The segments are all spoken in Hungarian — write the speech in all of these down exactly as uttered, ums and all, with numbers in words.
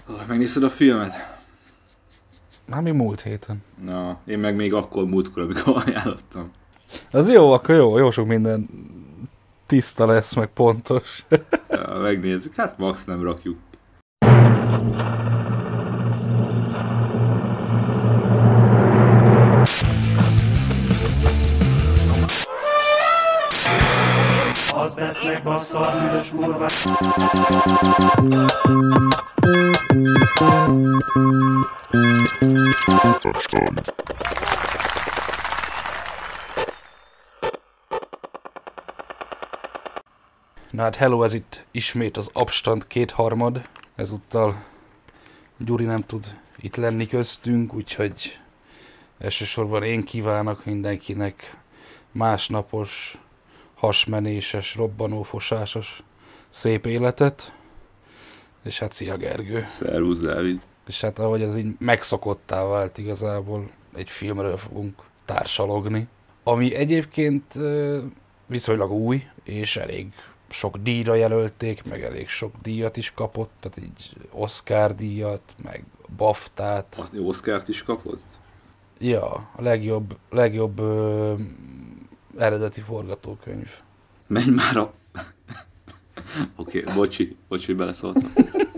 Megnézted a filmet? Már még múlt héten. Na, én meg még akkor múltkor, amikor ajánlottam. Az jó, akkor jó, jó sok minden tiszta lesz, meg pontos. Ja, megnézzük, hát max nem rakjuk. Az vesznek bassza a hűvös kurva. Na hát hello, ez itt ismét az Abstand kétharmad. Ezúttal Gyuri nem tud itt lenni köztünk, úgyhogy elsősorban én kívánok mindenkinek másnapos, hasmenéses, robbanófosásos szép életet. És hát szia Gergő. Szervusz Dávid. És hát ahogy ez így megszokottá vált igazából, egy filmről fogunk társalogni, ami egyébként viszonylag új, és elég sok díjra jelölték, meg elég sok díjat is kapott, tehát így Oscar díjat, meg BAFTA-t. Azt Oscart is kapott? Ja, a legjobb, legjobb ö, eredeti forgatókönyv. Menj már a... Oké, okay, bocsi, bocsi, hogy beleszóltam.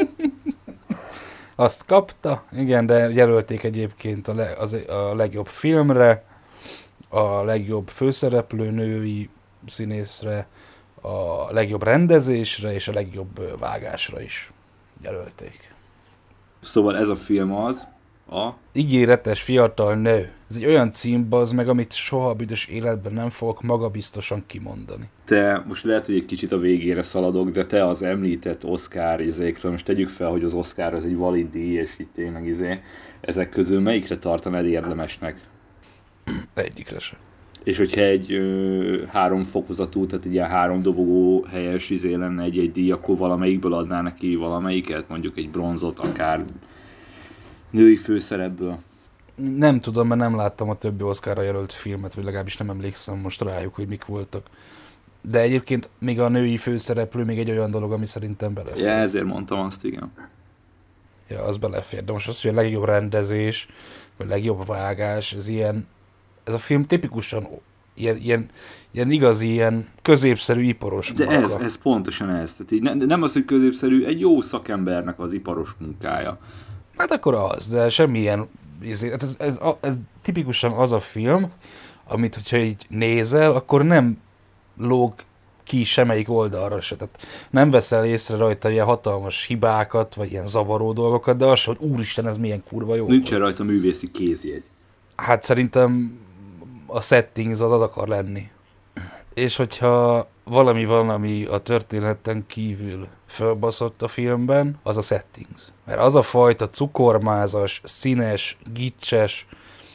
Azt kapta, igen, de jelölték egyébként a, le, az, a legjobb filmre, a legjobb főszereplő női színészre, a legjobb rendezésre és a legjobb vágásra is jelölték. Szóval ez a film az a... Ígéretes fiatal nő. Ez egy olyan cím, az meg, amit soha a büdös életben nem fogok magabiztosan kimondani. Te most lehet, hogy egy kicsit a végére szaladok, de te az említett Oscar izékről, most tegyük fel, hogy az Oscar az egy valid díj, és itt tényleg izé, ezek közül melyikre tartanád érdemesnek? Egyikre sem. És hogyha egy ö, három fokozatú, tehát egy ilyen három dobogó helyes izé lenne egy-egy díj, akkor valamelyikből adná neki valamelyiket? Mondjuk egy bronzot, akár női főszerepből? Nem tudom, mert nem láttam a többi Oscarra jelölt filmet, vagy legalábbis nem emlékszem most rájuk, hogy mik voltak. De egyébként még a női főszereplő még egy olyan dolog, ami szerintem belefér. Ja, ezért mondtam azt, igen. Ja, az belefér. De most az, hogy a legjobb rendezés, vagy legjobb vágás, ez ilyen, ez a film tipikusan ilyen, ilyen, ilyen igazi, ilyen középszerű iparos De munka. ez, ez pontosan ez. Tehát így ne, nem az, hogy középszerű, egy jó szakembernek az iparos munkája. Hát akkor az, de semmilyen, ez, ez, ez, ez tipikusan az a film, amit, hogyha így nézel, akkor nem lóg ki semmelyik oldalra se. Tehát nem veszel észre rajta ilyen hatalmas hibákat, vagy ilyen zavaró dolgokat, de az se, hogy úristen, ez milyen kurva jó. Nincsen rajta művészi kézjegy. Hát szerintem a settings az az akar lenni. És hogyha valami van, ami a történeten kívül fölbaszott a filmben, az a settings. Mert az a fajta cukormázas, színes, gicses,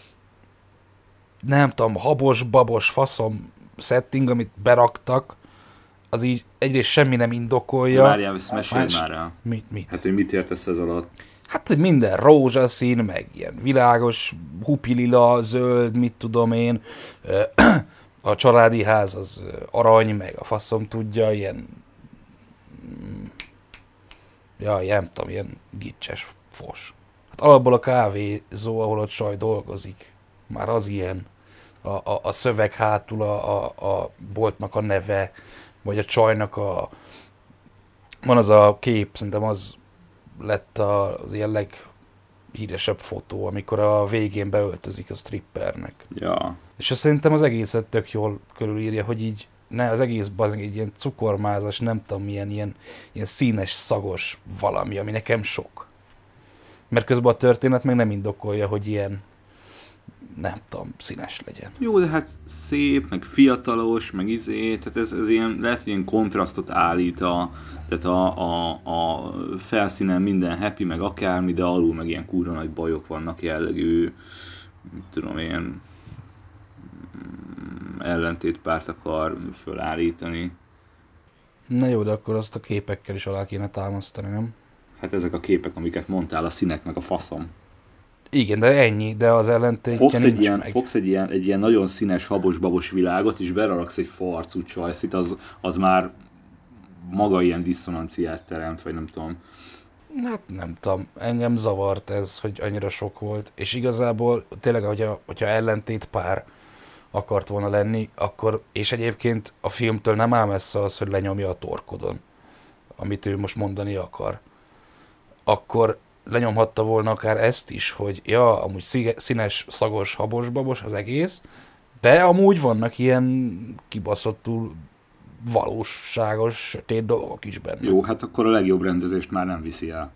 nem tudom, habos, babos, faszom setting, amit beraktak, az így egyrészt semmi nem indokolja. Várjál, ezt mesélj Más... már el. Mit, mit? Hát, hogy mit értesz ez alatt? Hát, hogy minden rózsaszín, meg ilyen világos, hupilila, zöld, mit tudom én. A családi ház az arany, meg a faszom tudja, ilyen... Ja, ilyen, nem tudom, ilyen gicses fos. Hát alapból a kávézó, ahol a csaj dolgozik, már az ilyen. A, a, a szöveg hátul a, a, a boltnak a neve, vagy a csajnak a... Van az a kép, szerintem az lett az ilyen leghíresebb fotó, amikor a végén beöltözik a strippernek. Ja. És azt szerintem az egészet tök jól körülírja, hogy így ne, az egészben egy ilyen cukormázas, nem tudom, milyen ilyen, ilyen színes, szagos valami, ami nekem sok. Mert közben a történet meg nem indokolja, hogy ilyen, nem tudom, színes legyen. Jó, de hát szép, meg fiatalos, meg izé, tehát ez, ez ilyen, lehet, hogy ilyen kontrasztot állít a, tehát a, a, a felszínen minden happy, meg akármi, de alul meg ilyen kurva nagy bajok vannak jellegű, mit tudom, ilyen ellentétpárt akar fölállítani. Na jó, de akkor azt a képekkel is alá kéne támasztani, nem? Hát ezek a képek, amiket mondtál, a színek meg a faszom. Igen, de ennyi, de az ellentétje Fogsz, nincs egy ilyen, meg. fogsz egy, ilyen, egy ilyen nagyon színes, habos-babos világot, és beleraksz egy farcú csajszit, az, az már maga ilyen diszonanciát teremt, vagy nem tudom. Hát nem tudom, engem zavart ez, hogy annyira sok volt, és igazából tényleg, hogyha, hogyha ellentét pár akart volna lenni, akkor, és egyébként a filmtől nem áll messze az, hogy lenyomja a torkodon, amit ő most mondani akar, akkor lenyomhatta volna akár ezt is, hogy ja, amúgy színes, szagos, habos-babos az egész, de amúgy vannak ilyen kibaszottul valóságos, sötét dolgok is benne. Jó, hát akkor a legjobb rendezést már nem viszi el.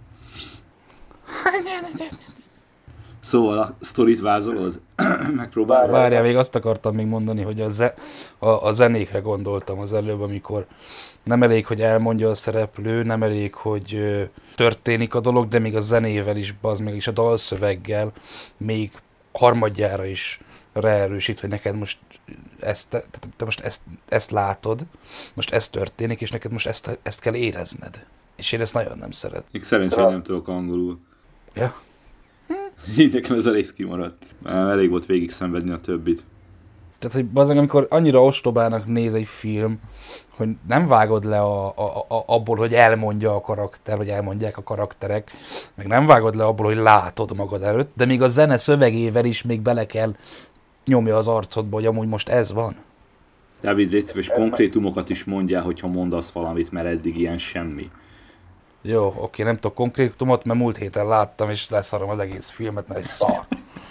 Szóval a sztorit vázolod? Megpróbálod? Várjál, még azt akartam még mondani, hogy a, ze- a, a zenékre gondoltam az előbb, amikor nem elég, hogy elmondja a szereplő, nem elég, hogy ö, történik a dolog, de még a zenével is, bazd meg, és a dalszöveggel még harmadjára is ráerősít, hogy neked most ezt, te, te, te most ezt, ezt látod, most ez történik, és neked most ezt, ezt kell érezned. És én ezt nagyon nem szeret. Még szerencsére nem tudok angolul. Ja. Így nekem ez elég kimaradt. Elég volt végig szenvedni a többit. Tehát, hogy bazdmeg, amikor annyira ostobának néz egy film, hogy nem vágod le a, a, a, abból, hogy elmondja a karakter, vagy elmondják a karakterek, meg nem vágod le abból, hogy látod magad előtt, de még a zene szövegével is még bele kell nyomja az arcodba, hogy amúgy most ez van. Dávid, légy szíves, konkrétumokat is mondjál, hogyha mondasz valamit, mert eddig ilyen semmi. Jó, oké, nem tudok konkrétumot, mert múlt héten láttam, és leszarom az egész filmet, mert egy szar.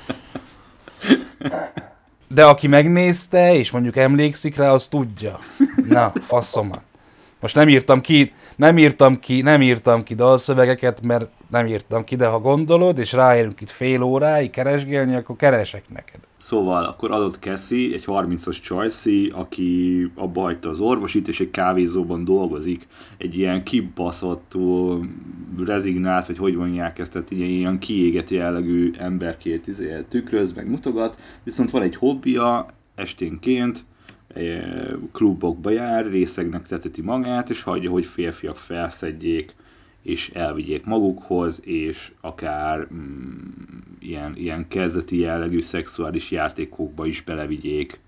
De aki megnézte, és mondjuk emlékszik rá, az tudja. Na, faszomat. Most nem írtam ki, nem írtam ki, nem írtam ki dalszövegeket, mert nem írtam ki, de ha gondolod, és ráérünk itt fél óráig keresgélni, akkor keresek neked. Szóval akkor adott Cassie, egy harmincas csajszi, aki abba hagyta az orvosit, és egy kávézóban dolgozik. Egy ilyen kibaszott, rezignált, vagy hogy mondják ezt, tehát ilyen, ilyen kiégett jellegű emberkét izé, tükröz, meg mutogat, viszont van egy hobbija, esténként klubokba jár, részegnek teteti magát, és hagyja, hogy férfiak felszedjék, és elvigyék magukhoz, és akár mm, ilyen, ilyen kezdeti jellegű szexuális játékokba is belevigyék.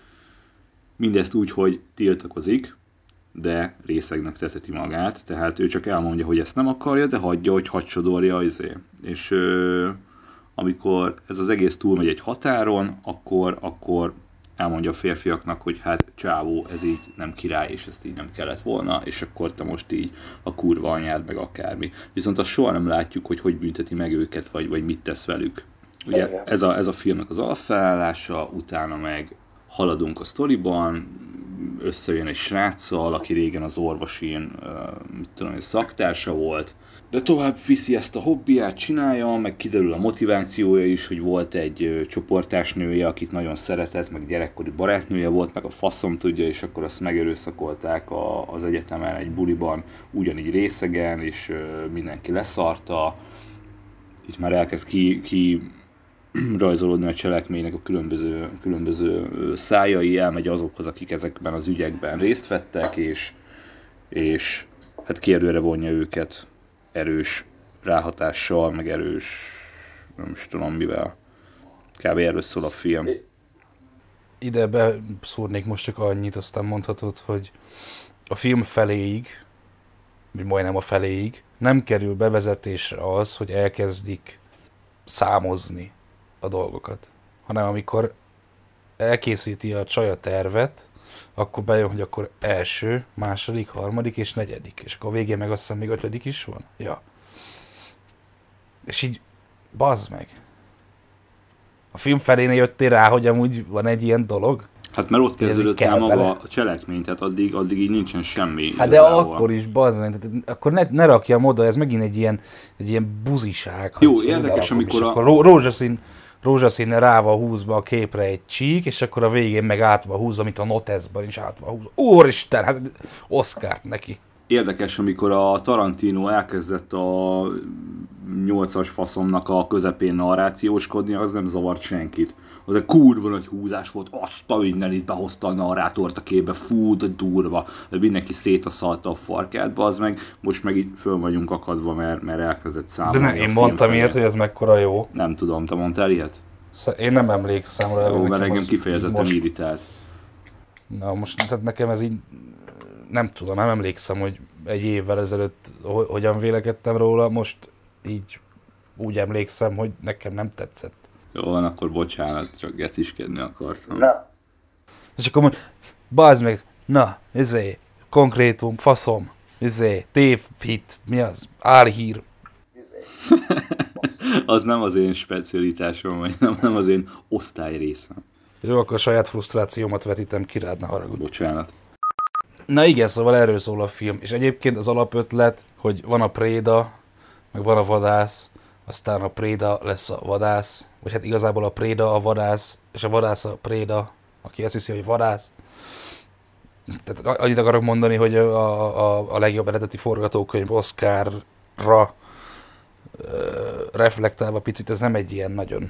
Mindezt úgy, hogy tiltakozik, de részegnek teteti magát, tehát ő csak elmondja, hogy ezt nem akarja, de hagyja, hogy hadsodorja izé. És ö, amikor ez az egész túlmegy egy határon, akkor, akkor elmondja a férfiaknak, hogy hát csávó, ez így nem király, és ezt így nem kellett volna, és akkor te most így a kurva anyád, meg akármi. Viszont azt soha nem látjuk, hogy hogy bünteti meg őket, vagy, vagy mit tesz velük. Ugye ez a, ez a filmnek az alapfelállása, utána meg haladunk a sztoriban, összejön egy sráccal, aki régen az orvosin, mit tudom, egy szaktársa volt, de tovább viszi ezt a hobbiát, csinálja, meg kiderül a motivációja is, hogy volt egy csoportásnője, akit nagyon szeretett, meg gyerekkori barátnője volt, meg a faszom tudja, és akkor azt megerőszakolták a, az egyetemen egy buliban, ugyanígy részegen, és mindenki leszarta. Itt már elkezd ki, ki rajzolódni a cselekménynek a különböző, különböző szájai, elmegy azokhoz, akik ezekben az ügyekben részt vettek, és, és hát kérdőre vonja őket erős ráhatással, meg erős, nem is tudom mivel. Kb. Erről szól a film. Ide beszúrnék most csak annyit, aztán mondhatod, hogy a film feléig, vagy majdnem a feléig, nem kerül bevezetésre az, hogy elkezdik számozni a dolgokat, hanem amikor elkészíti a csaj a tervet, akkor bejön, hogy akkor első, második, harmadik és negyedik, és akkor a végén meg azt hiszem még ötödik is van. Ja. És így, bazd meg. A film felénél jöttél rá, hogy amúgy van egy ilyen dolog? Hát mert ott kezdődött el maga bele. A cselekmény, tehát addig, addig így nincsen semmi. Hát de akkor is, bazd meg, tehát akkor ne, ne rakjam oda, ez megint egy ilyen, egy ilyen buziság. Jó, érdekes, amikor a... Akkor rózsaszín, rózsaszín rá van húzva a képre egy csík, és akkor a végén meg át van húzva, amit a Noteszban is át van húzva. Úristen, hát Oscart neki. Érdekes, amikor a Tarantino elkezdett a nyolcas faszomnak a közepén narrációskodni, az nem zavart senkit. Az egy kurva nagy húzás volt, azt a minden itt behozta a narrátort a képbe, fú, de durva. De mindenki szétaszalta a farkádba, az meg most meg így föl vagyunk akadva, mert, mert elkezdett számolni. De ne, én mondtam ilyet, hogy ez mekkora jó. Nem tudom, te mondtál ilyet? Én nem emlékszem rá. Jó, mert engem kifejezetten most... irritált. Na most tehát nekem ez így, nem tudom, nem emlékszem, hogy egy évvel ezelőtt ho- hogyan vélekedtem róla, most így úgy emlékszem, hogy nekem nem tetszett. Jó van, akkor bocsánat, csak geciskedni akartam. Na, És akkor mond, bazd meg, na, izé, konkrétum, faszom, izé, tévhit, mi az, álhír. izé. Az nem az én specialitásom, vagy nem, nem az én osztály részem. Jó, akkor saját frusztrációmat vetítem ki rád, ne haragudj. Bocsánat. Na igen, szóval erről szól a film. És egyébként az alapötlet, hogy van a préda, meg van a vadász, aztán a préda lesz a vadász, vagy hát igazából a préda a vadász, és a vadász a préda, aki azt hiszi, hogy vadász. Tehát annyit akarok mondani, hogy a, a, a legjobb eredeti forgatókönyv Oscarra ö, reflektálva picit, ez nem egy ilyen nagyon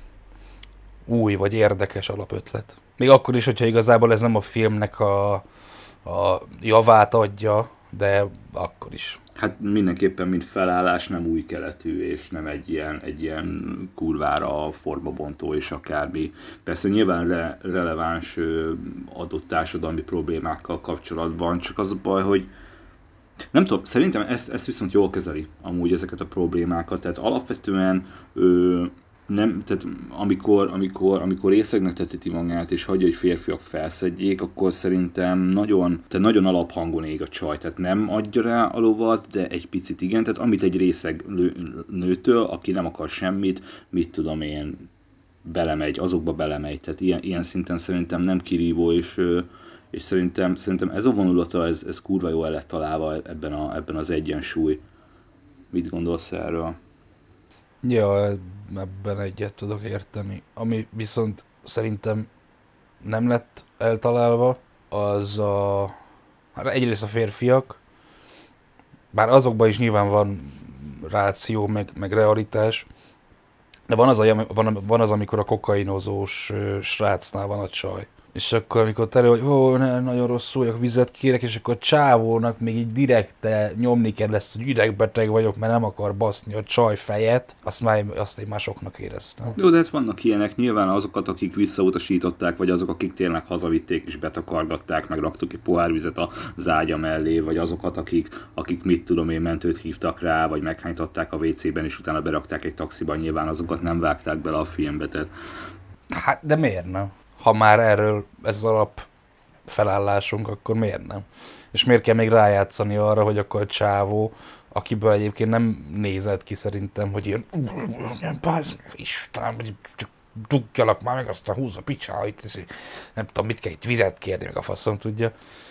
új vagy érdekes alapötlet. Még akkor is, hogyha igazából ez nem a filmnek a, a javát adja, de akkor is. Hát mindenképpen, mint felállás nem új keletű, és nem egy ilyen, egy ilyen kurvára formabontó és akármi. Persze nyilván re, releváns ö, adott társadalmi problémákkal kapcsolatban, csak az a baj, hogy nem tudom, szerintem ezt, ezt viszont jól kezeli amúgy ezeket a problémákat, tehát alapvetően ö, nem, tehát amikor, amikor, amikor részegnek teteti magát és hagyja, hogy férfiak felszedjék, akkor szerintem nagyon, tehát nagyon alaphangon ég a csaj, tehát nem adja rá a lovat, de egy picit igen, tehát amit egy részeg nőtől, aki nem akar semmit, mit tudom én, belemegy, azokba belemegy, tehát ilyen, ilyen szinten szerintem nem kirívó, és, és szerintem, szerintem ez a vonulata, ez, ez kurva jól el lett találva ebben, a, ebben az egyensúly. Mit gondolsz erről? Ja, ebben egyet tudok érteni. Ami viszont szerintem nem lett eltalálva, az a... Hát egyrészt a férfiak, bár azokban is nyilván van ráció, meg, meg realitás, de van az, a, van, van az, amikor a kokainozós srácnál van a csaj. És akkor, amikor terül, hogy ó, ne, nagyon rosszul vagyok, vizet kérek, és akkor a csávónak még így direkte nyomni kell ezt, hogy idegbeteg vagyok, mert nem akar baszni a csaj fejet, azt, már, azt én már soknak éreztem. Jó, de hát vannak ilyenek, nyilván azokat, akik visszautasították, vagy azok, akik tényleg hazavitték és betakargatták, meg raktuk egy pohár vizet az ágya mellé, vagy azokat, akik, akik mit tudom én, mentőt hívtak rá, vagy meghánytatták a vécében, és utána berakták egy taxiban, nyilván azokat nem vágták bele a filmbe, tehát... Hát, de miért nem? Ha már erről ez az alap felállásunk, akkor miért nem? És miért kell még rájátszani arra, hogy akkor a csávó, akiből egyébként nem nézett ki szerintem, hogy ilyen bázd meg, Istenem, csak dugjalak már meg, aztán húzza picsáit, nem tudom, mit kell itt vizet kérni, meg a faszom tudja.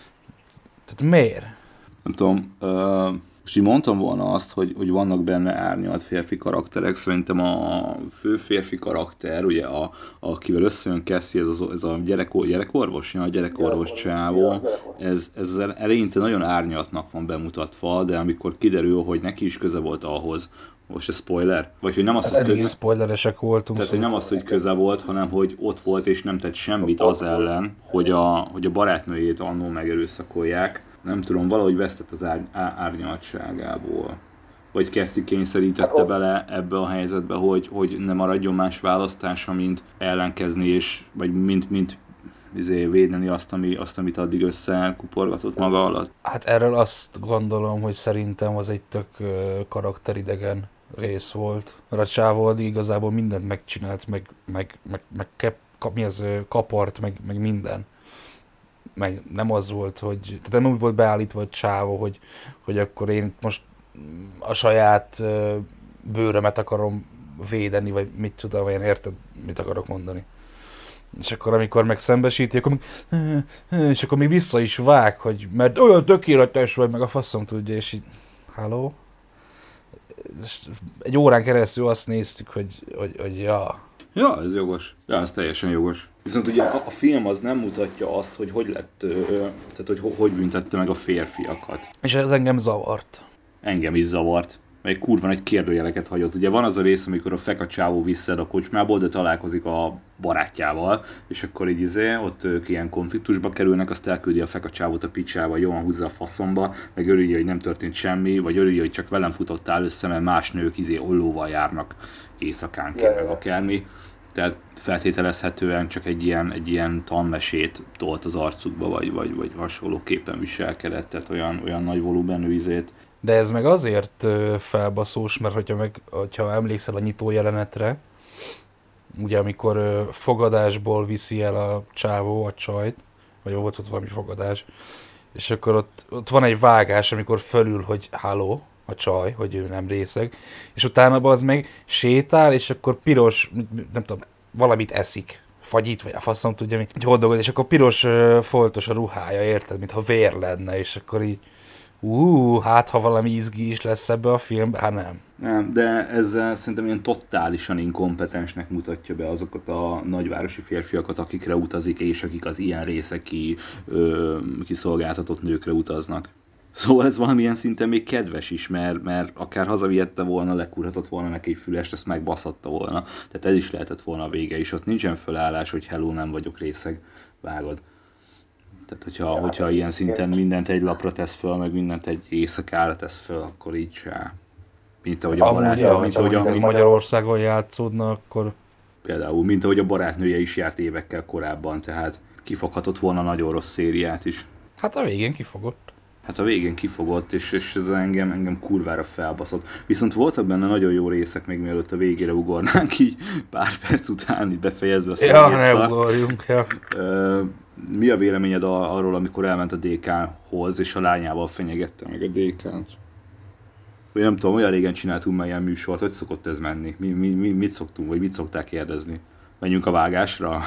Tehát miért? Nem tudom, uh, most így mondtam volna azt, hogy, hogy vannak benne árnyalt férfi karakterek, szerintem a fő férfi karakter, ugye, a, akivel összejön Cassie, ez, az, ez a gyerek, gyerekorvos, ja, a gyerekorvos csávó, ez, ez az eleinte nagyon árnyaltnak van bemutatva, de amikor kiderül, hogy neki is köze volt ahhoz, most ez spoiler? Vagy hogy nem az, Eddig hogy is spoileresek voltunk. Tehát, hogy nem az, hogy köze volt, hanem hogy ott volt és nem tett semmit az ellen, hogy a, hogy a barátnőjét annól megerőszakolják. Nem tudom, valahogy vesztett az ár, árnyaltságából. Vagy Cassie kényszerítette bele ebbe a helyzetbe, hogy, hogy ne maradjon más választása, mint ellenkezni, és, vagy mint, mint izé, védeni azt, ami, azt, amit addig összekuporgatott maga alatt. Hát erről azt gondolom, hogy szerintem az egy tök karakteridegen rész volt. Mert a csávó addig igazából mindent megcsinált, meg, meg, meg, meg kep, kap, mi az, kapart, meg, meg minden. Meg nem az volt, hogy... Tehát nem úgy volt beállítva a csávó, hogy, hogy akkor én most a saját bőrömet akarom védeni, vagy mit tudom én, érted, mit akarok mondani. És akkor amikor meg szembesíti, akkor még, és akkor még vissza is vág, hogy mert olyan tökéletes vagy, meg a faszom tudja, és így, halló? Egy órán keresztül azt néztük, hogy, hogy, hogy ja. Ja, ez jogos. Ja, ez teljesen jogos. Viszont ugye a, a film az nem mutatja azt, hogy hogy lett, ö, tehát hogy hogy büntette meg a férfiakat. És ez engem zavart. Engem is zavart. Egy kurva nagy kérdőjeleket hagyott. Ugye van az a rész, amikor a feka csávó visszaad a kocsmából, de találkozik a barátjával, és akkor így izé, ott ők ilyen konfliktusba kerülnek, azt elküldi a feka csávót a picsába, jól húzza a faszomba, meg örülje, hogy nem történt semmi, vagy örülje, hogy csak velem futottál össze, mert más nők izé ollóval járnak éjszakánként, meg akármi. Tehát feltételezhetően csak egy ilyen, egy ilyen tanmesét tolt az arcukba, vagy, vagy, vagy hasonlóképpen viselkedett, tehát olyan, olyan nagy volumenű izét. De ez meg azért ö, felbaszós, mert hogyha, meg, hogyha emlékszel a nyitó jelenetre, ugye amikor ö, fogadásból viszi el a csávó a csajt, vagy volt ott valami fogadás, és akkor ott, ott van egy vágás, amikor fölül, hogy halló, a csaj, hogy ő nem részeg, és utána az meg sétál, és akkor piros, nem tudom, valamit eszik, fagyit, vagy a faszom tudja mi, egy hotdogot, és akkor piros uh, foltos a ruhája, érted, mintha vér lenne, és akkor így, ú, hát ha valami izgi is lesz ebbe a filmbe, hát nem. Nem, de ezzel szerintem ilyen totálisan inkompetensnek mutatja be azokat a nagyvárosi férfiakat, akikre utazik, és akik az ilyen részeki ö, kiszolgáltatott nőkre utaznak. Szóval ez valamilyen szinten még kedves is, mert, mert akár hazavihette volna, lekúrhatott volna neki egy fülest, ezt megbaszhatta volna. Tehát ez is lehetett volna a vége is. Ott nincsen fölállás, hogy hello, nem vagyok részeg, vágod. Tehát hogyha, ja, hogyha ilyen szinten mindent egy lapra tesz föl, meg mindent egy éjszakára tesz föl, akkor így se. Mint ahogy a barátnője, ja, mint ahogy a, ez Magyarországon játszódna, akkor... Például, mint ahogy a barátnője is járt évekkel korábban, tehát kifoghatott volna nagyon rossz szériát is. Hát a végén kifogott. Hát a végén kifogott, és, és ez engem, engem kurvára felbaszott. Viszont voltak benne nagyon jó részek, még mielőtt a végére ugornánk, így pár perc után így befejezve a Ja, ne ugorjunk, ja. Mi a véleményed arról, amikor elment a dé ká-hoz, és a lányával fenyegette meg a dé ká-t? Vagy nem tudom, olyan régen csináltunk már ilyen műsort, hogy szokott ez menni? Mi, mi, mi, mit szoktunk, vagy mit szokták kérdezni? Menjünk a vágásra?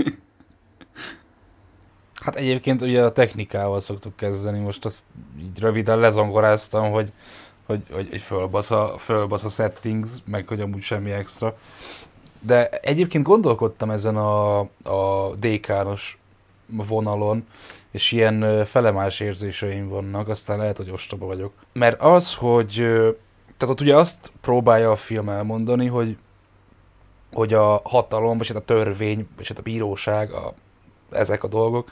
Hát egyébként ugye a technikával szoktuk kezdeni, most azt így röviden lezongoráztam, hogy, hogy, hogy, hogy fölbasz, a, fölbasz a settings, meg hogy amúgy semmi extra. De egyébként gondolkodtam ezen a, a dé ká-os vonalon, és ilyen felemás érzéseim vannak, aztán lehet, hogy ostoba vagyok. Mert az, hogy tehát ott ugye azt próbálja a film elmondani, hogy, hogy a hatalom, vagy hát a törvény, vagy hát a bíróság, a, ezek a dolgok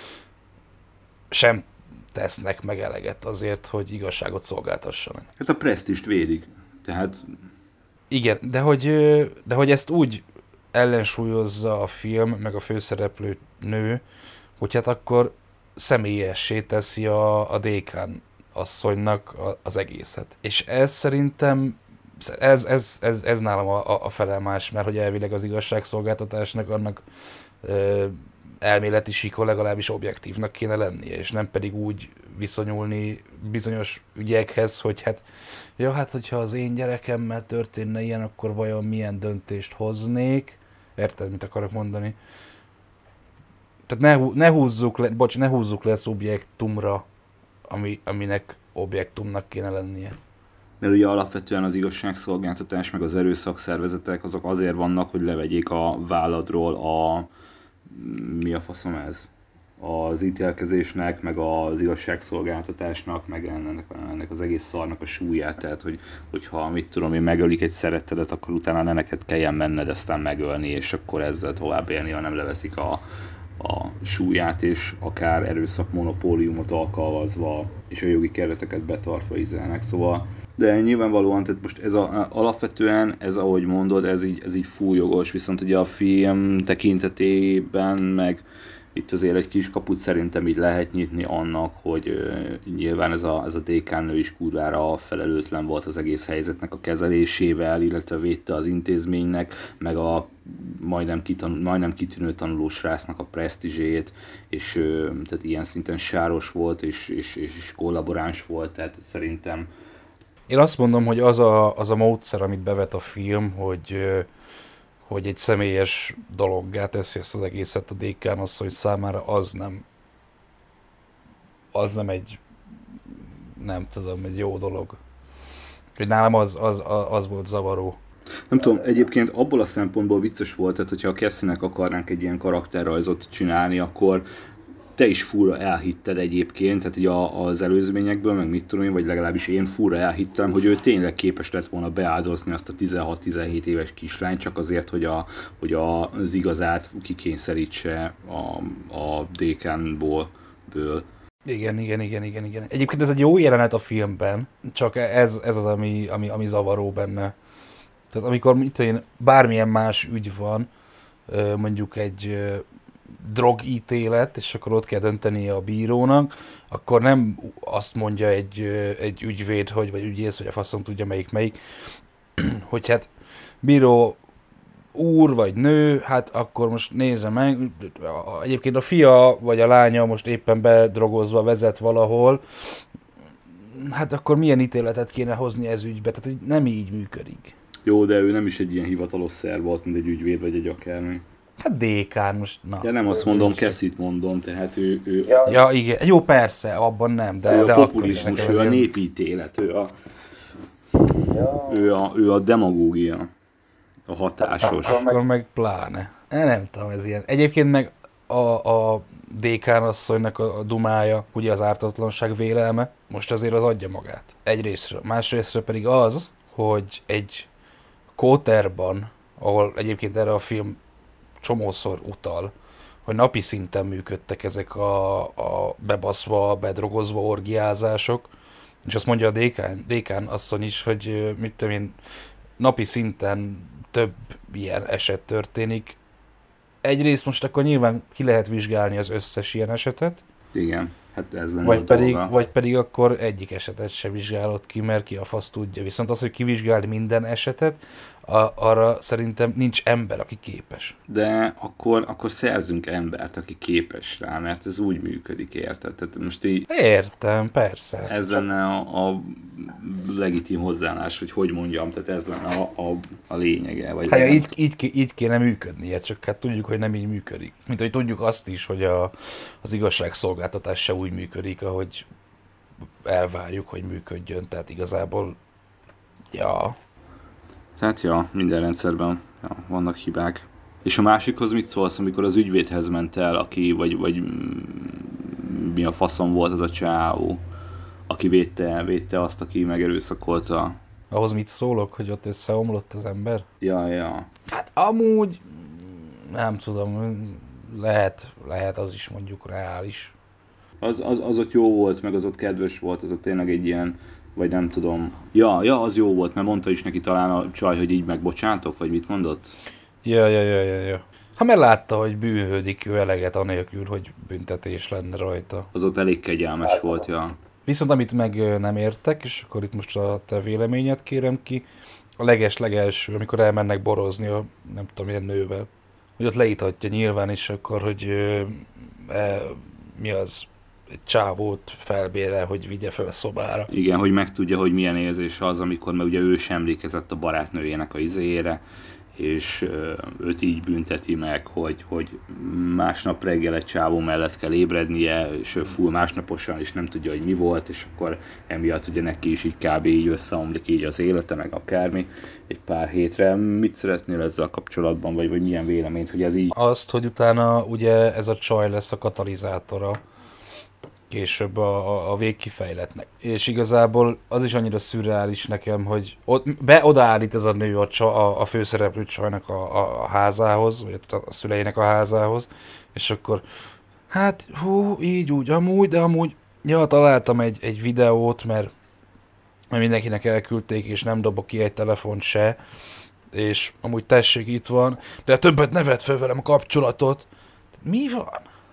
sem tesznek meg eleget azért, hogy igazságot szolgáltassanak. Hát a presztist védik. Tehát... Igen, de hogy, de hogy ezt úgy ellensúlyozza a film, meg a főszereplő nő, hogy hát akkor személyessé teszi a, a dé ká asszonynak az egészet. És ez szerintem, ez, ez, ez, ez nálam a, a felemás, mert hogy elvileg az igazságszolgáltatásnak annak ö, elméleti síkon legalábbis objektívnak kéne lennie, és nem pedig úgy viszonyulni bizonyos ügyekhez, hogy hát, ja, hát hogyha az én gyerekemmel történne ilyen, akkor vajon milyen döntést hoznék? Érted, mit akarok mondani? Tehát ne, ne húzzuk le, bocs, ne húzzuk le szubjektumra, ami, aminek objektumnak kéne lennie. Mert ugye alapvetően az igazságszolgáltatás meg az erőszakszervezetek azok azért vannak, hogy levegyék a válladról a... mi a faszom ez? Az ítélkezésnek, meg az igazságszolgáltatásnak, meg ennek, ennek az egész szarnak a súlyát. Tehát, hogy, hogyha mit tudom én, megölik egy szerettedet, akkor utána ne neked kelljen menned, aztán megölni, és akkor ezzel tovább élni, ha nem leveszik a, a súlyát, és akár erőszakmonopóliumot alkalmazva, és a jogi kereteket betartva izelnek. Szóval, de nyilvánvalóan, tehát most ez a, alapvetően, ez ahogy mondod, ez így, ez így fújogos, viszont ugye a film tekintetében, meg itt azért egy kis kaput szerintem így lehet nyitni annak, hogy uh, nyilván ez a, ez a dé ká nő is kurvára felelőtlen volt az egész helyzetnek a kezelésével, illetve védte az intézménynek, meg a majdnem, kitanul, majdnem kitűnő tanuló srácnak a presztízsét, és uh, tehát ilyen szinten sáros volt, és, és, és, és kollaboráns volt, tehát szerintem... Én azt mondom, hogy az a, az a módszer, amit bevet a film, hogy... hogy egy személyes dologgá teszi ezt az egészet a dé ká asszony számára, az nem az nem egy nem tudom, egy jó dolog. Hogy nálam az, az, az volt zavaró. Nem tudom, egyébként abból a szempontból vicces volt, tehát hogyha a Cassie-nek akarnánk egy ilyen karakterrajzot csinálni, akkor te is fúra elhitted egyébként, tehát így az előzményekből, meg mit tudom én, vagy legalábbis én fúra elhittem, hogy ő tényleg képes lett volna beáldozni azt a tizenhat-tizenhét éves kislányt, csak azért, hogy, a, hogy az igazát kikényszerítse a, a dé ká-ból. Igen, igen, igen, igen, igen. Egyébként ez egy jó jelenet a filmben, csak ez, ez az, ami, ami, ami zavaró benne. Tehát amikor mit én, bármilyen más ügy van, mondjuk egy drogítélet, és akkor ott kell döntenie a bírónak, akkor nem azt mondja egy, egy ügyvéd, hogy, vagy ügyész, vagy a faszom tudja melyik melyik, hogy hát bíró úr vagy nő, hát akkor most nézze meg, egyébként a fia vagy a lánya most éppen bedrogozva vezet valahol, hát akkor milyen ítéletet kéne hozni ez ügybe, tehát nem így működik. Jó, de ő nem is egy ilyen hivatalos szerv volt, mint egy ügyvéd vagy egy akármi. Hát dékán most, na. De nem azt mondom, Cassie-t mondom, tehát ő... ő ja. ja, igen, jó persze, abban nem, de, ő de a populizmus, akkor is ő a ilyen... népítélet, ő a, ja. ő a, ő a demagógia, a hatásos. Hát, akkor meg pláne. Nem, nem tudom, ez ilyen. Egyébként meg a, a dékán asszonynak a, a dumája, ugye az ártatlanság vélelme, most azért az adja magát. Egyrésztről. Másrésztről pedig az, hogy egy kóterban, ahol egyébként erre a film csomószor utal, hogy napi szinten működtek ezek a, a bebaszva, bedrogozva orgiázások, és azt mondja a dékán, dékán asszony is, hogy mit tudom én, napi szinten több ilyen eset történik. Egyrészt most akkor nyilván ki lehet vizsgálni az összes ilyen esetet. Igen, hát ez lenne vagy a pedig, dolga. vagy pedig akkor egyik esetet se vizsgálod ki, mert ki a fasz tudja. Viszont az, hogy kivizsgálni minden esetet, a, arra szerintem nincs ember, aki képes. De akkor, akkor szerzünk embert, aki képes rá, mert ez úgy működik, érted? Tehát most így... Értem, persze. Ez lenne a, a legitim hozzáállás, hogy hogy mondjam, tehát ez lenne a, a, a lényege. Vagy hát ja, így, így, így kéne működnie, csak hát tudjuk, hogy nem így működik. Mint hogy tudjuk azt is, hogy a, az igazságszolgáltatás se úgy működik, ahogy elvárjuk, hogy működjön. Tehát igazából, ja... Tehát ja, minden rendszerben ja, vannak hibák. És a másikhoz mit szólsz, amikor az ügyvédhez ment el, aki, vagy, vagy mi a faszom volt az a csáó, aki védte, védte azt, aki megerőszakolta. Ahhoz mit szólok, hogy ott összeomlott az ember? Ja, ja. Hát amúgy, nem tudom, lehet, lehet az is mondjuk reális. Az, az, az ott jó volt, meg az ott kedves volt, az ott tényleg egy ilyen, vagy nem tudom. Ja, ja, az jó volt, mert mondta is neki talán a csaj, hogy így megbocsátok, vagy mit mondott? Ja, ja, ja, ja, ja. Hát mert látta, hogy bűnhődik ő eleget anélkül, hogy büntetés lenne rajta. Az ott elég kegyelmes volt, ja. Viszont amit meg nem értek, és akkor itt most a te véleményed kérem ki, a leges-legelső, amikor elmennek borozni a nem tudom milyen nővel, hogy ott leítatja nyilván is akkor, hogy e, mi az, egy csávót felbérel, hogy vigye fel a szobára. Igen, hogy megtudja, hogy milyen érzés az, amikor mert ugye ő sem emlékezett a barátnőjének a izéjére, és őt így bünteti meg, hogy, hogy másnap reggel egy csávó mellett kell ébrednie, és ő full másnaposan, és nem tudja, hogy mi volt, és akkor emiatt ugye neki is így kb. Így összeomlik így az élete, meg akármi egy pár hétre. Mit szeretnél ezzel kapcsolatban, vagy, vagy milyen véleményt, hogy ez így? Azt, hogy utána ugye ez a csaj lesz a katalizátora később a, a, a végkifejletnek. És igazából az is annyira szürreális nekem, hogy ott, be odaállít ez a nő a, a, a főszereplő csajnak a, a, a házához, vagy a szüleinek a házához, és akkor hát hú, így úgy, amúgy, de amúgy, ja, találtam egy, egy videót, mert, mert mindenkinek elküldték, és nem dobok ki egy telefont se, és amúgy tessék, itt van, de többet ne vedd fel velem a kapcsolatot. Mi van?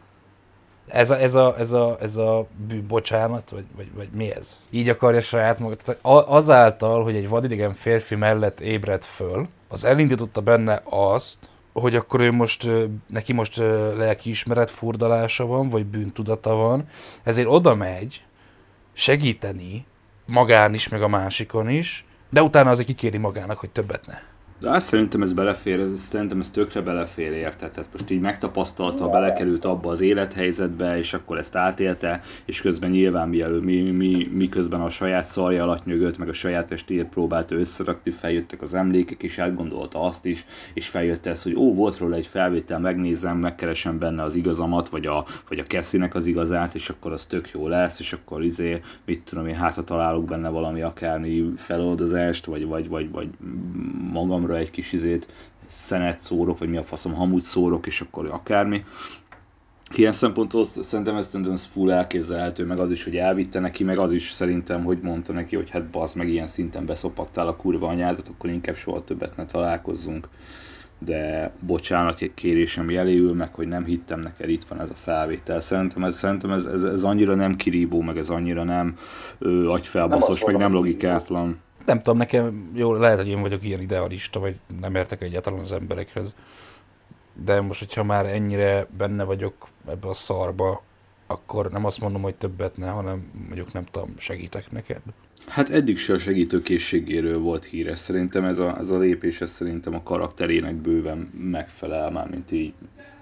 Ez a, ez a, ez a, ez a bocsánat, vagy, vagy, vagy mi ez? Így akarja saját magát. Tehát azáltal, hogy egy vadidegen férfi mellett ébred föl, az elindította benne azt, hogy akkor ő most, neki most lelkiismeret furdalása van, vagy bűntudata van, ezért oda megy segíteni magán is, meg a másikon is, de utána azért kikéri magának, hogy többet ne. De azt szerintem ez belefér, ez, szerintem ez tökre belefér, érted? Tehát most így megtapasztalta, belekerült abba az élethelyzetbe, és akkor ezt átélte, és közben nyilván mielőtt mi, mi, miközben a saját szarja alatt nyögött, meg a saját testéért próbálta összerakni, feljöttek az emlékek, és átgondolta azt is, és feljött ez, hogy ó, volt róla egy felvétel, megnézem, megkeresem benne az igazamat, vagy a, vagy a Cassie-nek az igazát, és akkor az tök jó lesz, és akkor izé, mit tudom én, hát ha találok benne valami akármi feloldozást, vagy, vagy, vagy, vagy magamra egy kis izét, szenet szórok, vagy mi a faszom, hamut szórok, és akkor akármi. Ilyen szempontból szerintem ez, szerintem ez full elképzelhető, meg az is, hogy elvitte neki, meg az is szerintem, hogy mondta neki, hogy hát bazd meg, ilyen szinten beszopattál a kurva anyádat, akkor inkább soha többet ne találkozzunk. de bocsánat, egy kérésem jeléül, meg hogy nem hittem neked, itt van ez a felvétel. Szerintem ez, szerintem ez, ez, ez annyira nem kirívó, meg ez annyira nem ö, agyfelbaszos, meg nem logikátlan. Nem tudom, nekem jó, lehet, hogy én vagyok ilyen idealista, vagy nem értek egyáltalán az emberekhez. De most, hogyha már ennyire benne vagyok ebbe a szarba, akkor nem azt mondom, hogy többet ne, hanem mondjuk nem tudom, segítek neked. Hát eddig se a segítőkészségéről volt híres. Szerintem ez a, ez a lépés, ez szerintem a karakterének bőven megfelel, már mint így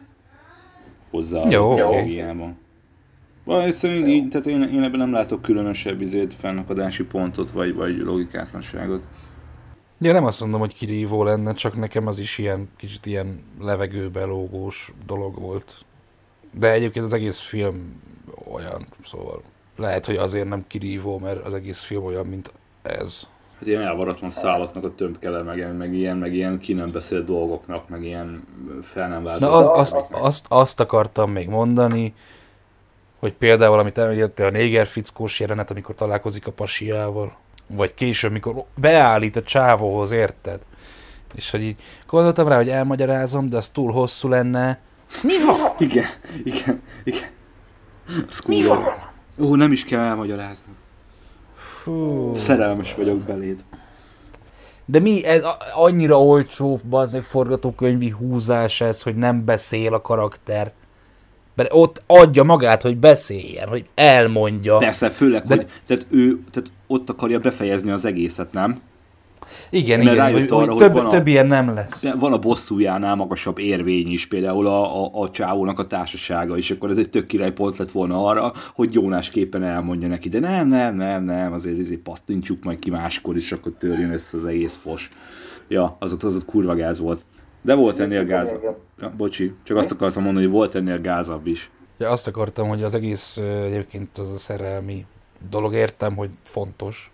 hozzá a technológiában. Valahogy szerintem így, tehát én, én ebben nem látok különösebb izét, fennakadási pontot, vagy, vagy logikátlanságot. Ja, nem azt mondom, hogy kirívó lenne, csak nekem az is ilyen, kicsit ilyen levegőbe lógós dolog volt. De egyébként az egész film olyan, szóval lehet, hogy azért nem kirívó, mert az egész film olyan, mint ez. Hát ilyen elvaratlan szálaknak a tömbkele, meg, meg ilyen, meg ilyen ki nem beszélt dolgoknak, meg ilyen fel nem vázolt. Na az, azt, azt, azt akartam még mondani, hogy például, amit említettél, a néger fickós jelenet, amikor találkozik a pasiával, vagy később, mikor beállít a csávóhoz, érted? És hogy így gondoltam rá, hogy elmagyarázom, de az túl hosszú lenne. Mi van? Igen, igen, igen. Az Mi van? Ó, nem is kell elmagyarázni. Fú. Szerelmes vagyok beléd. De mi ez annyira olcsó, bazdmeg forgatókönyvi húzás ez, hogy nem beszél a karakter. Mert ott adja magát, hogy beszéljen, hogy elmondja. Persze, főleg, de... hogy tehát ő tehát ott akarja befejezni az egészet, nem? Igen, igen, hogy, arra, hogy, hogy több, a, több ilyen nem lesz. Van a bosszújánál magasabb érvény is, például a, a, a csávónak a társasága is, akkor ez egy tök király pont lett volna arra, hogy Jónásképpen elmondja neki, de nem, nem, nem, nem, azért, azért pattintsuk majd ki máskor is, akkor törjön össze az egész fos. Ja, az ott, az ott kurva gáz volt. De volt ennél gázabb. Ja, bocsi, csak azt akartam mondani, hogy volt ennél gázabb is. Ja, azt akartam, hogy az egész egyébként az a szerelmi dolog, értem, hogy fontos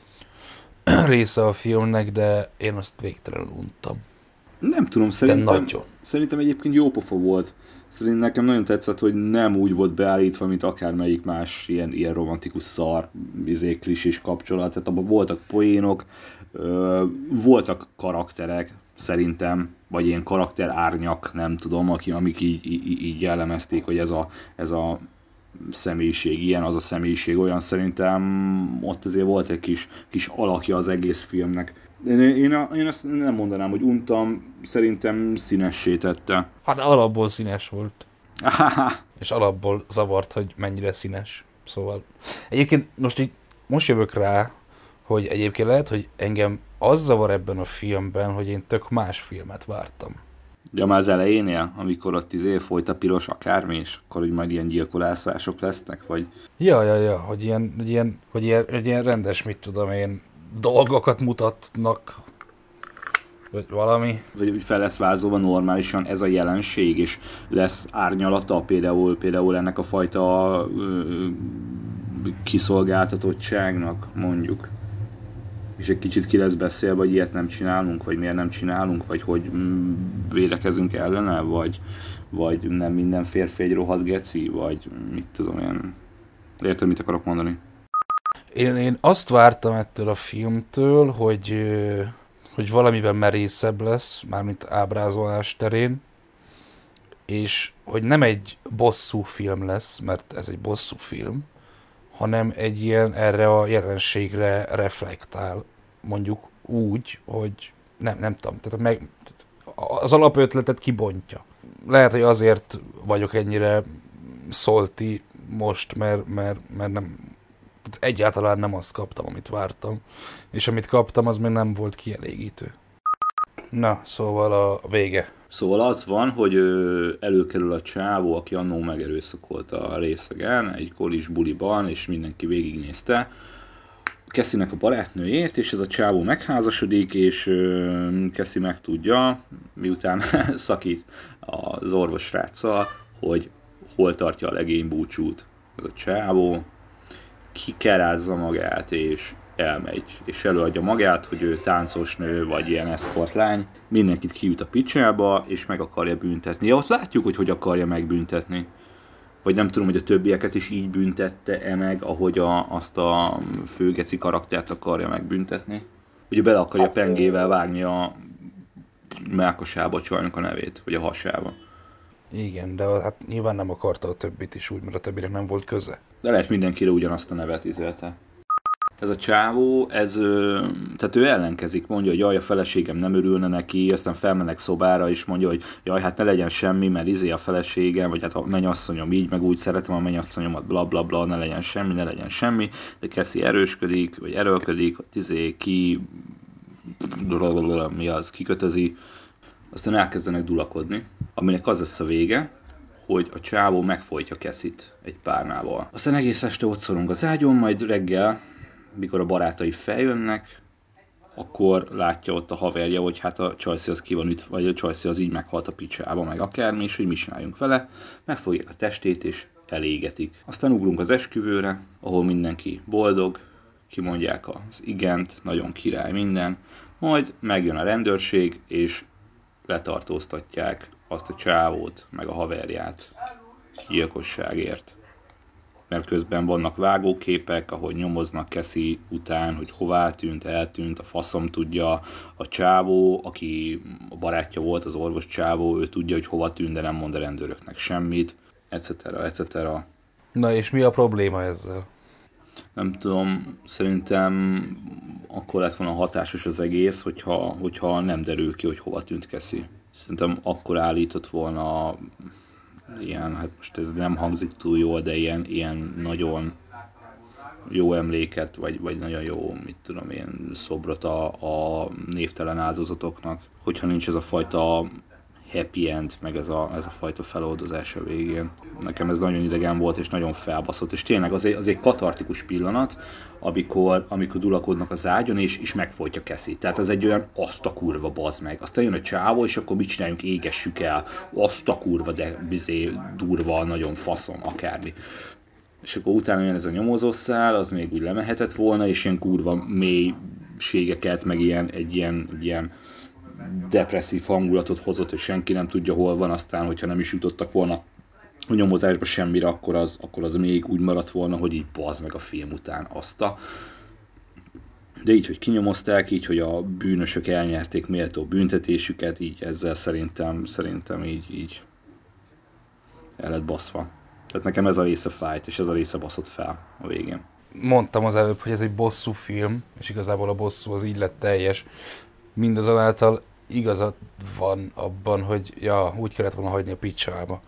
része a filmnek, de én azt végtelenül untam. Nem tudom, szerintem, szerintem egyébként jó pofa volt. Szerintem nekem nagyon tetszett, hogy nem úgy volt beállítva, mint akármelyik más ilyen, ilyen romantikus szar, izé, klisés kapcsolat. Tehát abban voltak poénok, ö, voltak karakterek, szerintem, vagy ilyen karakterárnyak, nem tudom, aki, amik így, így, így jellemezték, hogy ez a, ez a személyiség ilyen, az a személyiség olyan, szerintem ott azért volt egy kis, kis alakja az egész filmnek. Én, én, én azt nem mondanám, hogy untam, szerintem színessé tette. Hát alapból színes volt. És alapból zavart, hogy mennyire színes. Szóval egyébként most így, most jövök rá, hogy egyébként lehet, hogy engem az zavar ebben a filmben, hogy én tök más filmet vártam. Ja, már az elejénél, amikor ott izé folyt a piros akármi, és akkor hogy majd ilyen gyilkolászások lesznek, vagy... Ja, ja, ja, hogy ilyen, hogy ilyen, hogy ilyen, hogy ilyen rendes, mit tudom én, dolgokat mutatnak, vagy valami. Vagy fel lesz vázolva normálisan ez a jelenség, és lesz árnyalata például, például ennek a fajta ö, kiszolgáltatottságnak, mondjuk. És egy kicsit ki lesz beszélve, hogy ilyet nem csinálunk, vagy miért nem csinálunk, vagy hogy mm, védekezünk ellene, vagy, vagy nem minden férfi egy rohadt geci, vagy mit tudom én. Érted, mit akarok mondani? Én, én azt vártam ettől a filmtől, hogy, hogy valamivel merészebb lesz, mármint ábrázolás terén, és hogy nem egy bosszú film lesz, mert ez egy bosszú film, hanem egy ilyen erre a jelenségre reflektál, mondjuk úgy, hogy nem, nem tudom, tehát meg, az alapötletet kibontja. Lehet, hogy azért vagyok ennyire szolti most, mert, mert, mert nem, egyáltalán nem azt kaptam, amit vártam, és amit kaptam, az még nem volt kielégítő. Na, szóval a vége. Szóval az van, hogy előkerül a csávó, aki annó megerőszakolta a részegen, egy kolis buliban, és mindenki végignézte Cassie-nek a barátnőjét, és ez a csávó megházasodik, és Cassie megtudja, miután szakít az orvosráccal, hogy hol tartja a legény búcsút. Ez a csávó kikerázza magát, és elmegy, és előadja magát, hogy ő táncos nő, vagy ilyen eszkortlány, mindenkit kijut a picsába, és meg akarja büntetni. Ja, ott látjuk, hogy hogy akarja megbüntetni. Vagy nem tudom, hogy a többieket is így büntette-e meg, ahogy a, azt a főgeci karaktert akarja megbüntetni. Ugye bele akarja pengével vágni a melkasába a csajnak a nevét, vagy a hasába. Igen, de hát nyilván nem akarta a többit is úgy, mert a többinek nem volt köze. De lehet mindenkire ugyanazt a nevet izélte. Ez a csávó, ez, ö, tehát ő ellenkezik, mondja, hogy jaj, a feleségem nem örülne neki, aztán felmennek szobára, és mondja, hogy jaj, hát ne legyen semmi, mert izé a feleségem, vagy hát a mennyasszonyom így, meg úgy szeretem a mennyasszonyomat, bla bla bla, ne legyen semmi, ne legyen semmi, de Cassie erősködik, vagy erőlködik, hogy izé ki, mi az, kikötözi, aztán elkezdenek dulakodni, aminek az lesz a vége, hogy a csávó megfojtja Cassie-t egy párnával. Aztán egész este ott szorong az ágyon, majd reggel, mikor a barátai feljönnek, akkor látja ott a haverja, hogy hát a Csajci az ki van ütve, vagy a Csajci az így meghalt a picsába, meg akármi, és hogy mit csináljunk vele. Megfogják a testét, és elégetik. Aztán ugrunk az esküvőre, ahol mindenki boldog, kimondják az igent, nagyon király minden, majd megjön a rendőrség, és letartóztatják azt a csávót, meg a haverját gyilkosságért. Mert közben vannak vágóképek, ahogy nyomoznak Cassie után, hogy hová tűnt, eltűnt, a faszom tudja, a csávó, aki a barátja volt, az orvos csávó, ő tudja, hogy hova tűnt, de nem mond a rendőröknek semmit, et cetera, et cetera. Na és mi a probléma ezzel? Nem tudom, szerintem akkor lett volna hatásos az egész, hogyha, hogyha nem derül ki, hogy hova tűnt Cassie. Szerintem akkor állított volna ilyen, hát most ez nem hangzik túl jól, de ilyen, ilyen nagyon jó emléket, vagy, vagy nagyon jó, mit tudom én, szobrot a, a névtelen áldozatoknak, hogyha nincs ez a fajta happy end, meg ez a, ez a fajta feloldozás a végén. Nekem ez nagyon idegen volt, és nagyon felbaszott, és tényleg az egy, az egy katartikus pillanat, amikor, amikor dulakodnak az ágyon, és, és megfojtja Cassie. Tehát az egy olyan, azt a kurva, bazd meg. Aztán jön a csávó, és akkor mit csináljunk, égessük el, azt a kurva, de bizé durva, nagyon faszom, akármi. És akkor utána jön ez a nyomozószál, az még úgy lemehetett volna, és ilyen kurva mélységeket, meg ilyen, egy ilyen, egy ilyen depresszív hangulatot hozott, hogy senki nem tudja, hol van, aztán, hogyha nem is jutottak volna a nyomozásba semmire, akkor az, akkor az még úgy maradt volna, hogy így bazd meg a film után azt a... De így, hogy kinyomozták, így, hogy a bűnösök elnyerték méltó büntetésüket, így ezzel szerintem, szerintem így, így el lett baszva. Tehát nekem ez a része fájt, és ez a része baszott fel a végén. Mondtam az előbb, hogy ez egy bosszú film, és igazából a bosszú az így lett teljes. Mindazonáltal igazad van abban, hogy ja, úgy kellett volna hagyni a picsába.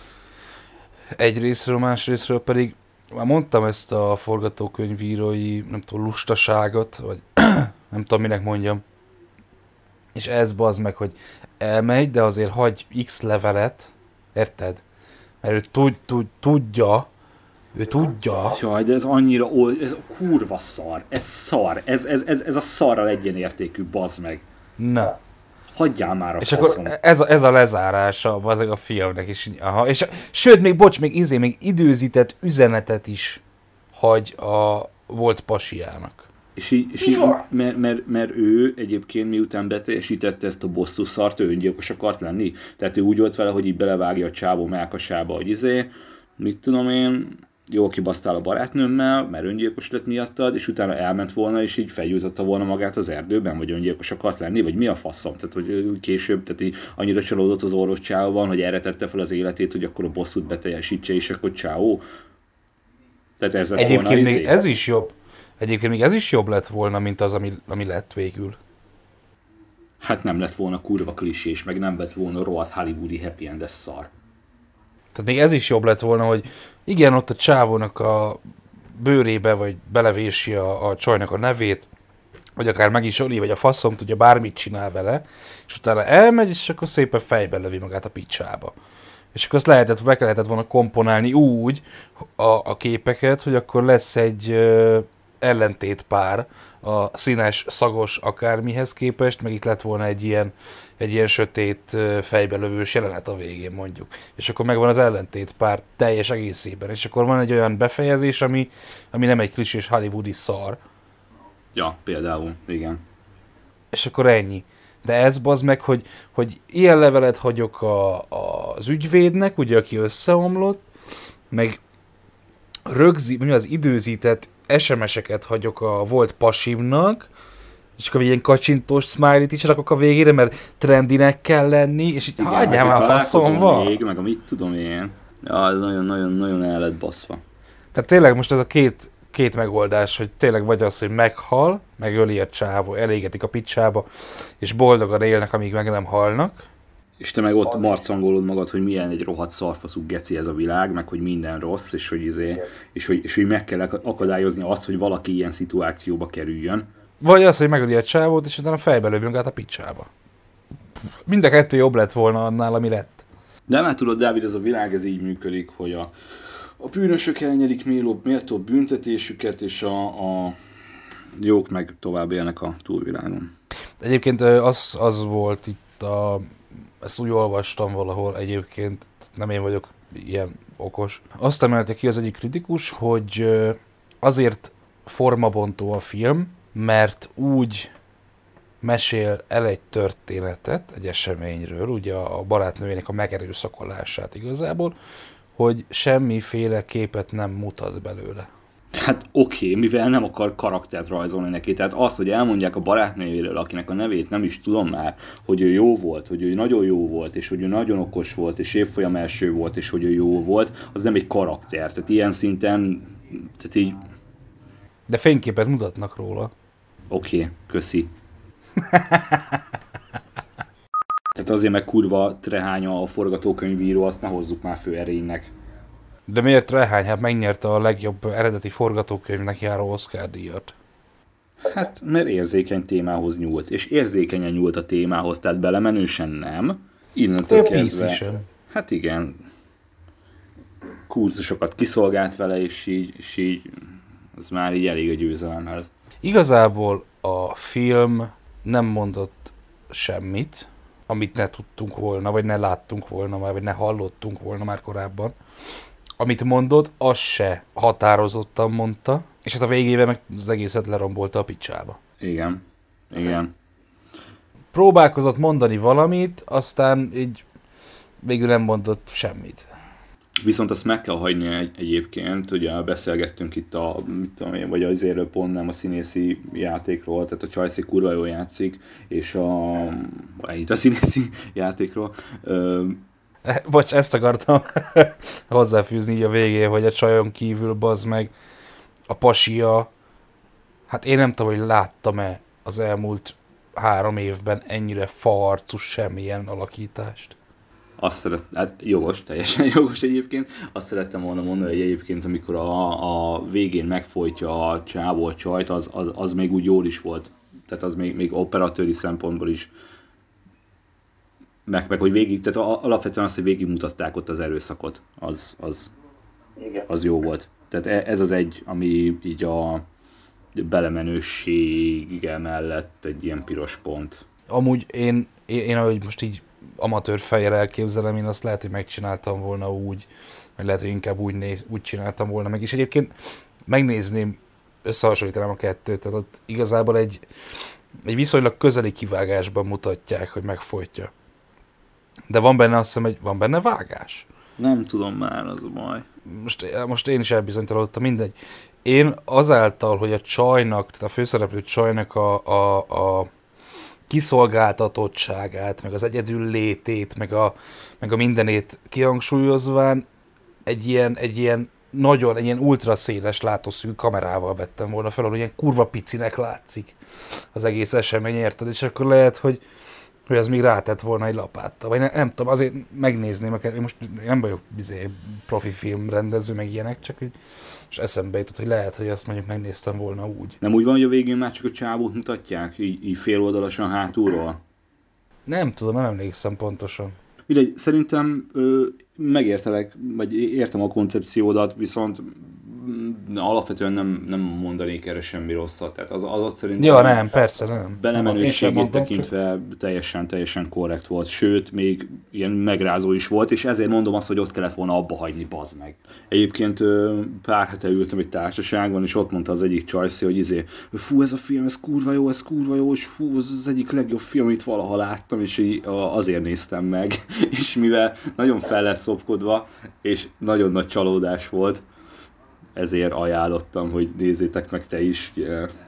Egyrészről, másrészről pedig, már mondtam ezt a forgatókönyvírói, nem tudom, lustaságot, vagy nem tudom, minek mondjam. És ez bazd meg, hogy elmegy, de azért hagy X levelet, érted? Mert ő tud, tud, tudja, ő tudja. Jaj, de ez annyira, ez kurva szar, ez szar, ez, ez, ez, ez a szarral egyenértékű, bazd meg. Na. Hagyjál már a és faszom. akkor ez a, ez a lezárása bazeg a filmnek is. Aha. És, sőt, még bocs, még izé, még időzített üzenetet is hagy a volt pasiának. És így, és így mert, mert, mert ő egyébként miután beteljesítette ezt a bosszú szart, ő öngyilkos akart lenni. Tehát ő úgy volt vele, hogy így belevágja a csávó melkasába, hogy izé, mit tudom én, jól kibasztál a barátnőmmel, mert öngyilkos lett miattad, és utána elment volna, és így felgyújtotta volna magát az erdőben, vagy öngyilkos akart lenni, vagy mi a faszom? Tehát, hogy később, tehát így annyira csalódott az orvos csávóban, hogy erre tette fel az életét, hogy akkor a bosszút beteljesítse, és akkor csáó. Tehát ez lett Egyébként volna még izé. ez is jobb. Egyébként még ez is jobb lett volna, mint az, ami, ami lett végül. Hát nem lett volna kurva klisés, meg nem lett volna rohadt hollywoodi happy end, ez szar. Tehát még ez is jobb lett volna, hogy igen, ott a csávónak a bőrébe, vagy belevési a, a csajnak a nevét, vagy akár meg is öli, vagy a faszom tudja, bármit csinál vele, és utána elmegy, és akkor szépen fejbe lövi magát a picsába. És akkor azt lehetett, be lehetett volna komponálni úgy a, a képeket, hogy akkor lesz egy ö, ellentétpár a színes, szagos akármihez képest, meg itt lett volna egy ilyen, egy ilyen sötét fejbelövős jelenet a végén mondjuk. És akkor megvan az ellentétpár teljes egészében. És akkor van egy olyan befejezés, ami, ami nem egy klisés hollywoodi szar. Ja, például, igen. És akkor ennyi. De ez bazd meg, hogy, hogy ilyen levelet hagyok a, a, az ügyvédnek, ugye, aki összeomlott, meg rögzi, mi az időzített es em es-eket hagyok a volt pasimnak, és akkor ilyen kacsintós smiley-t is rakok a végére, mert trendinek kell lenni, és így hagyjál már a faszomba. Még, meg amit tudom én. Ja, ez nagyon-nagyon el lett baszva. Tehát tényleg most ez a két, két megoldás, hogy tényleg vagy az, hogy meghal, megöli a csávó, elégetik a picsába, és boldogan élnek, amíg meg nem halnak. És te meg ott marcangolod magad, hogy milyen egy rohadt szarfaszú geci ez a világ, meg hogy minden rossz, és hogy, izé, és hogy, és hogy meg kell akadályozni azt, hogy valaki ilyen szituációba kerüljön. Vagy az, hogy megöli a csávót, és utána fejbe lövünk át a picsába. Mind a kettő jobb lett volna annál, ami lett. De már tudod, Dávid, ez a világ ez így működik, hogy a, a bűnösök elnyerik méltóbb büntetésüket, és a, a jók meg tovább élnek a túlvilágon. Egyébként az, az volt itt a... Ezt úgy olvastam valahol egyébként, nem én vagyok ilyen okos. Azt emelte ki az egyik kritikus, hogy azért formabontó a film, mert úgy mesél el egy történetet, egy eseményről, ugye a barátnőjének a megerőszakolását igazából, hogy semmiféle képet nem mutat belőle. Hát oké, okay, mivel nem akar karaktert rajzolni neki, tehát az, hogy elmondják a barátnőjéről, akinek a nevét nem is tudom már, hogy ő jó volt, hogy ő nagyon jó volt, és hogy ő nagyon okos volt, és évfolyam első volt, és hogy ő jó volt, az nem egy karakter, tehát ilyen szinten, tehát így... De fényképet mutatnak róla. Oké, okay, köszi. Tehát azért meg kurva trehánya a forgatókönyvíró, azt ne hozzuk már fő erénynek. De miért rehány? Hát megnyerte a legjobb eredeti forgatókönyvnek járó Oscar-díjat. Hát, mert érzékeny témához nyúlt. És érzékenyen nyúlt a témához, tehát belemenősen nem. Innentől kezdve... Hát igen. Kurzusokat kiszolgált vele, és így, és így... Az már így elég a győzelemhez. Igazából a film nem mondott semmit, amit ne tudtunk volna, vagy ne láttunk volna már, vagy ne hallottunk volna már korábban. Amit mondott, az se határozottan mondta, és ez a végével meg az egészet lerombolta a picsába. Igen, igen. Próbálkozott mondani valamit, aztán így végül nem mondott semmit. Viszont azt meg kell hagyni egy, egyébként, ugye beszélgettünk itt a, mit tudom én, vagy azért pont nem a színészi játékról, tehát a Csajci kurva jól játszik, és a, itt a színészi játékról. Ö, Bocs, ezt akartam hozzáfűzni így a végén, hogy a csajon kívül bazd meg a pasia, hát én nem tudom, hogy láttam-e az elmúlt három évben ennyire farcus semmilyen alakítást. Azt szeret, hát jogos, teljesen jogos egyébként. Azt szerettem volna mondani, hogy egyébként amikor a, a végén megfojtja a csávó a csajt, az, az, az még úgy jól is volt. Tehát az még, még operatőri szempontból is. Meg, meg hogy végig, tehát alapvetően az, hogy végigmutatták ott az erőszakot, az, az, az jó volt. Tehát ez az egy, ami így a belemenősége mellett egy ilyen piros pont. Amúgy én, én, én ahogy most így amatőr fejjel elképzelem, én azt lehet, hogy megcsináltam volna úgy, vagy lehet, hogy inkább úgy, néz, úgy csináltam volna meg. És egyébként megnézném, összehasonlítanám a kettőt, tehát ott igazából egy, egy viszonylag közeli kivágásban mutatják, hogy megfojtja. De van benne, azt hiszem, hogy van benne vágás? Nem tudom már, az a baj. Most, most én is elbizonytalanodtam, mindegy. Én azáltal, hogy a csajnak, tehát a főszereplő csajnak a, a, a kiszolgáltatottságát, meg az egyedül létét, meg a, meg a mindenét kihangsúlyozván egy ilyen, egy ilyen nagyon, egy ilyen ultraszéles látószögű kamerával vettem volna fel, hogy ilyen kurva picinek látszik az egész esemény, érted? És akkor lehet, hogy hogy az még rátett volna egy lapáttal. Vagy ne, nem tudom, azért megnézném, én most nem vagyok bizé, profi filmrendező, meg ilyenek, csak hogy és eszembe jutott, hogy lehet, hogy azt mondjuk megnéztem volna úgy. Nem úgy van, hogy a végén már csak a csávót mutatják, így, így féloldalasan hátulról? Nem tudom, nem emlékszem pontosan. Mindegy, szerintem ö, megértelek, vagy értem a koncepciódat, viszont alapvetően nem, nem mondanék erre semmi rosszat. Tehát az, az ott szerintem... Ja, nem, persze nem. Belemenőségét tekintve teljesen, teljesen korrekt volt, sőt, még ilyen megrázó is volt, és ezért mondom azt, hogy ott kellett volna abba hagyni, bazd meg. Egyébként pár hete ültem egy társaságban, és ott mondta az egyik csajszé, hogy izé, fú, ez a film, ez kurva jó, ez kurva jó, és fú, ez az egyik legjobb film, amit valaha láttam, és így azért néztem meg. És mivel nagyon fel lett szopkodva, és nagyon nagy csalódás volt, ezért ajánlottam, hogy nézzétek meg te is.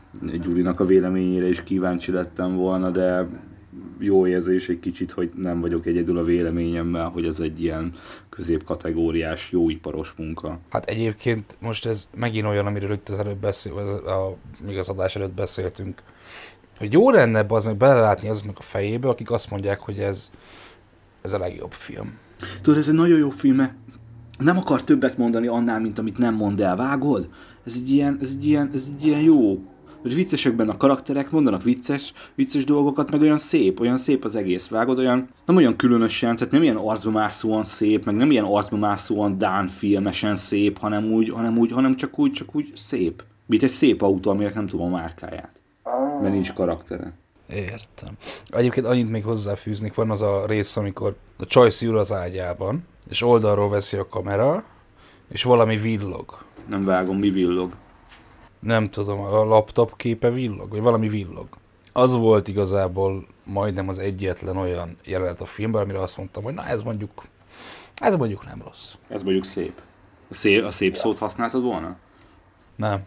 Gyurinak a véleményére is kíváncsi lettem volna, de jó érzés egy kicsit, hogy nem vagyok egyedül a véleményemmel, hogy ez egy ilyen középkategóriás, jó iparos munka. Hát egyébként most ez megint olyan, amiről itt az előbb beszél, a, még az adás előtt beszéltünk, hogy jó lenne az meg belelátni azoknak a fejébe, akik azt mondják, hogy ez, ez a legjobb film. Tudod, ez egy nagyon jó film, mert nem akar többet mondani annál, mint amit nem mond el, vágod? Ez egy ilyen, ez egy ilyen, ez egy ilyen jó. Hogy viccesek benne a karakterek, mondanak vicces, vicces dolgokat, meg olyan szép, olyan szép az egész, vágod, olyan, nem olyan különösen, tehát nem ilyen arcba mászóan szép, meg nem ilyen arcba mászóan dán filmesen szép, hanem úgy, hanem úgy, hanem csak úgy, csak úgy szép. Mint egy szép autó, aminek nem tudom a márkáját, mert nincs karaktere. Értem. Egyébként annyit még hozzáfűznék, van az a rész, amikor a Choice ül az ágyában, és oldalról veszi a kamera, és valami villog. Nem vágom, mi villog. Nem tudom, a laptop képe villog, vagy valami villog. Az volt igazából majdnem az egyetlen olyan jelenet a filmben, amire azt mondtam, hogy na ez mondjuk, ez mondjuk nem rossz. Ez mondjuk szép. A szép, a szép szót használtad volna? Nem.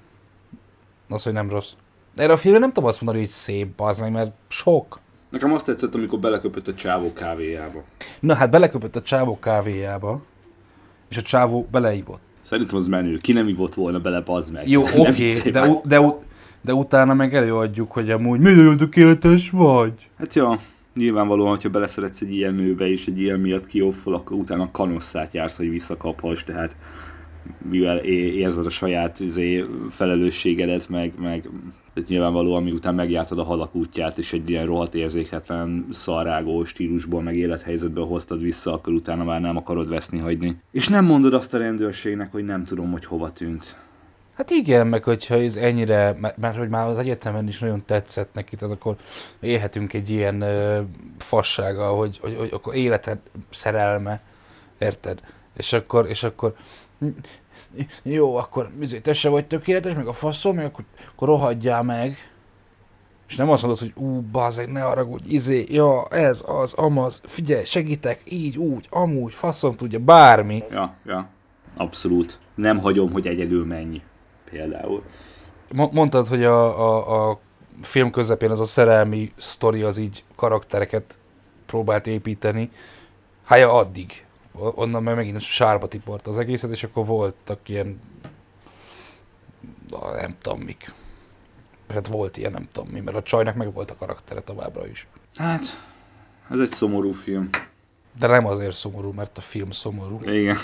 Az, hogy nem rossz. Erre a filmre nem tudom azt mondani, hogy szép, bazd meg, mert sok. Nekem azt tetszett, amikor beleköpött a csávó kávéjába. Na hát beleköpött a csávó kávéjába, és a csávó beleívott. Szerintem az menő. Ki nem ivott volna bele, bazd meg. Jó, oké, okay, de, de, de utána meg előadjuk, hogy amúgy mi nagyon tökéletes vagy. Hát ja, nyilvánvalóan, hogyha beleszeretsz egy ilyen nőbe és egy ilyen miatt kioffol, akkor utána kanosszát jársz, hogy visszakaphass, tehát mivel érzed a saját izé, felelősségedet, meg, meg nyilvánvalóan miután megjártad a halak útját, és egy ilyen rohadt érzéketlen, szarrágó stílusból, meg élethelyzetből hoztad vissza, akkor utána már nem akarod veszni hagyni. És nem mondod azt a rendőrségnek, hogy nem tudom, hogy hova tűnt. Hát igen, meg hogyha ez ennyire, mert, mert hogy már az egyetemen is nagyon tetszett neki, tehát akkor élhetünk egy ilyen ö, fassággal, hogy, hogy, hogy akkor életed szerelme, érted? És akkor, és akkor jó, akkor te se vagy tökéletes, meg a faszom, meg akkor, akkor rohadjál meg. És nem azt mondod, hogy ú, bazeg, ne haragudj, izé, ja, ez, az, amaz, figyelj, segítek, így, úgy, amúgy, faszom tudja, bármi. Ja, ja, abszolút. Nem hagyom, hogy egyedül menj, például. Mondtad, hogy a, a, a film közepén az a szerelmi sztori az így karaktereket próbált építeni. Hát ja, addig. Onnan meg megint sárba tiport az egészet, és akkor voltak ilyen, nem tudom mik. Hát volt ilyen, nem tudom mi, mert a csajnak meg volt a karaktere továbbra is. Hát, ez egy szomorú film. De nem azért szomorú, mert a film szomorú. Igen.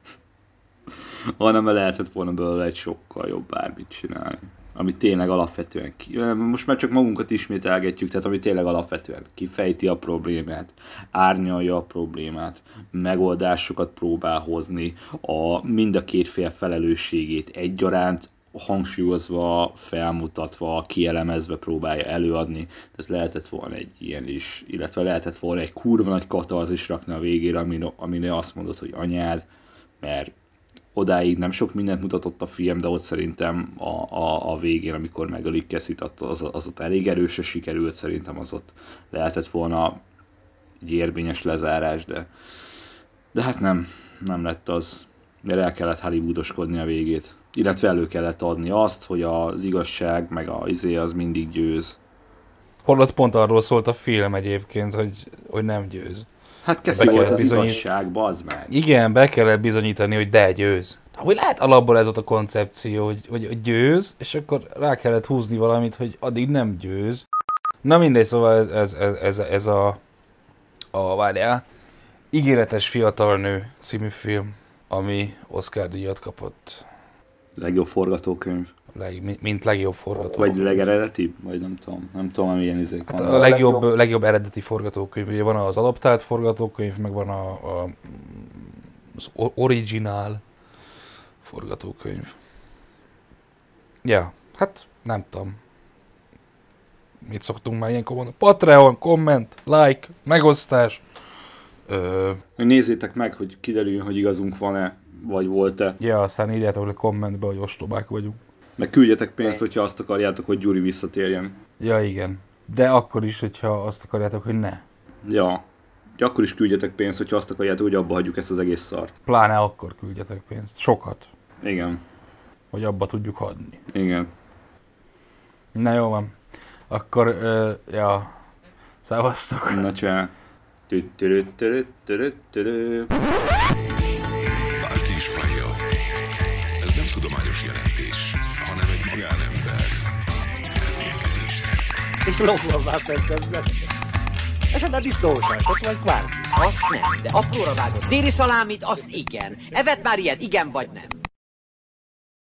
Hanem lehetett volna belőle egy sokkal jobb bármit csinálni. Ami tényleg alapvetően ki... Most már csak magunkat ismételgetjük, tehát ami tényleg alapvetően kifejti a problémát, árnyalja a problémát, megoldásokat próbál hozni, a mind a két fél felelősségét egyaránt hangsúlyozva, felmutatva, kielemezve próbálja előadni. Tehát lehetett volna egy ilyen is, illetve lehetett volna egy kurva nagy katarzis rakni a végére, amire, amire azt mondod, hogy anyád, mert odáig nem sok mindent mutatott a film, de ott szerintem a, a, a végén, amikor megölik Cassie-t, az, az ott elég erősen sikerült, szerintem az ott lehetett volna egy érvényes lezárás, de, de hát nem, nem lett az, mert el kellett Hollywoodoskodni a végét. Illetve elő kellett adni azt, hogy az igazság, meg a izé az mindig győz. Holott pont arról szólt a film egyébként, hogy, hogy nem győz. Hát Cassie volt az bizonyít... igazság, bazd meg. Igen, be kellett bizonyítani, hogy de győz. Hogy lehet alapból ez volt a koncepció, hogy, hogy győz, és akkor rá kellett húzni valamit, hogy addig nem győz. Na mindegy, szóval ez, ez, ez, ez a, a várjál, Ígéretes fiatal nő című film, ami Oscar-díjat kapott. Legjobb forgatókönyv. Leg, mint legjobb forgatókönyv. Vagy legeredetibb? Vagy nem tudom. Nem tudom, milyen izék hát van. A legjobb, legjobb eredeti forgatókönyv. Ugye van az adaptált forgatókönyv, meg van a, a, az originál forgatókönyv. Ja, hát nem tudom. Mit szoktunk már ilyenkor mondani? Patreon, komment, like, megosztás. Ö... Nézzétek meg, hogy kiderüljön, hogy igazunk van-e, vagy volt-e. Ja, aztán írjátok a kommentbe, hogy ostobák vagyunk. Meg küldjetek pénzt, hogyha azt akarjátok, hogy Gyuri visszatérjen. Ja, igen. De akkor is, hogyha azt akarjátok, hogy ne. Ja. Akkor is küldjetek pénzt, hogyha azt akarjátok, hogy abba hagyjuk ezt az egész szart. Pláne akkor küldjetek pénzt. Sokat. Igen. Hogy abba tudjuk hagyni. Igen. Na jó van. Akkor, ö, ja, szevasztok. Na csá. Tü-tü-tü-tü-tü-tü-tü. Bárki is hallja. Ez nem tudományos jelentés, hanem egy magánember elmélkedése. És lóval már közben. Esetleg disznóság, ott vagy kvárki. Azt nem, de apróra vágott déli szalámit, azt igen. Evet már ilyet, igen vagy nem?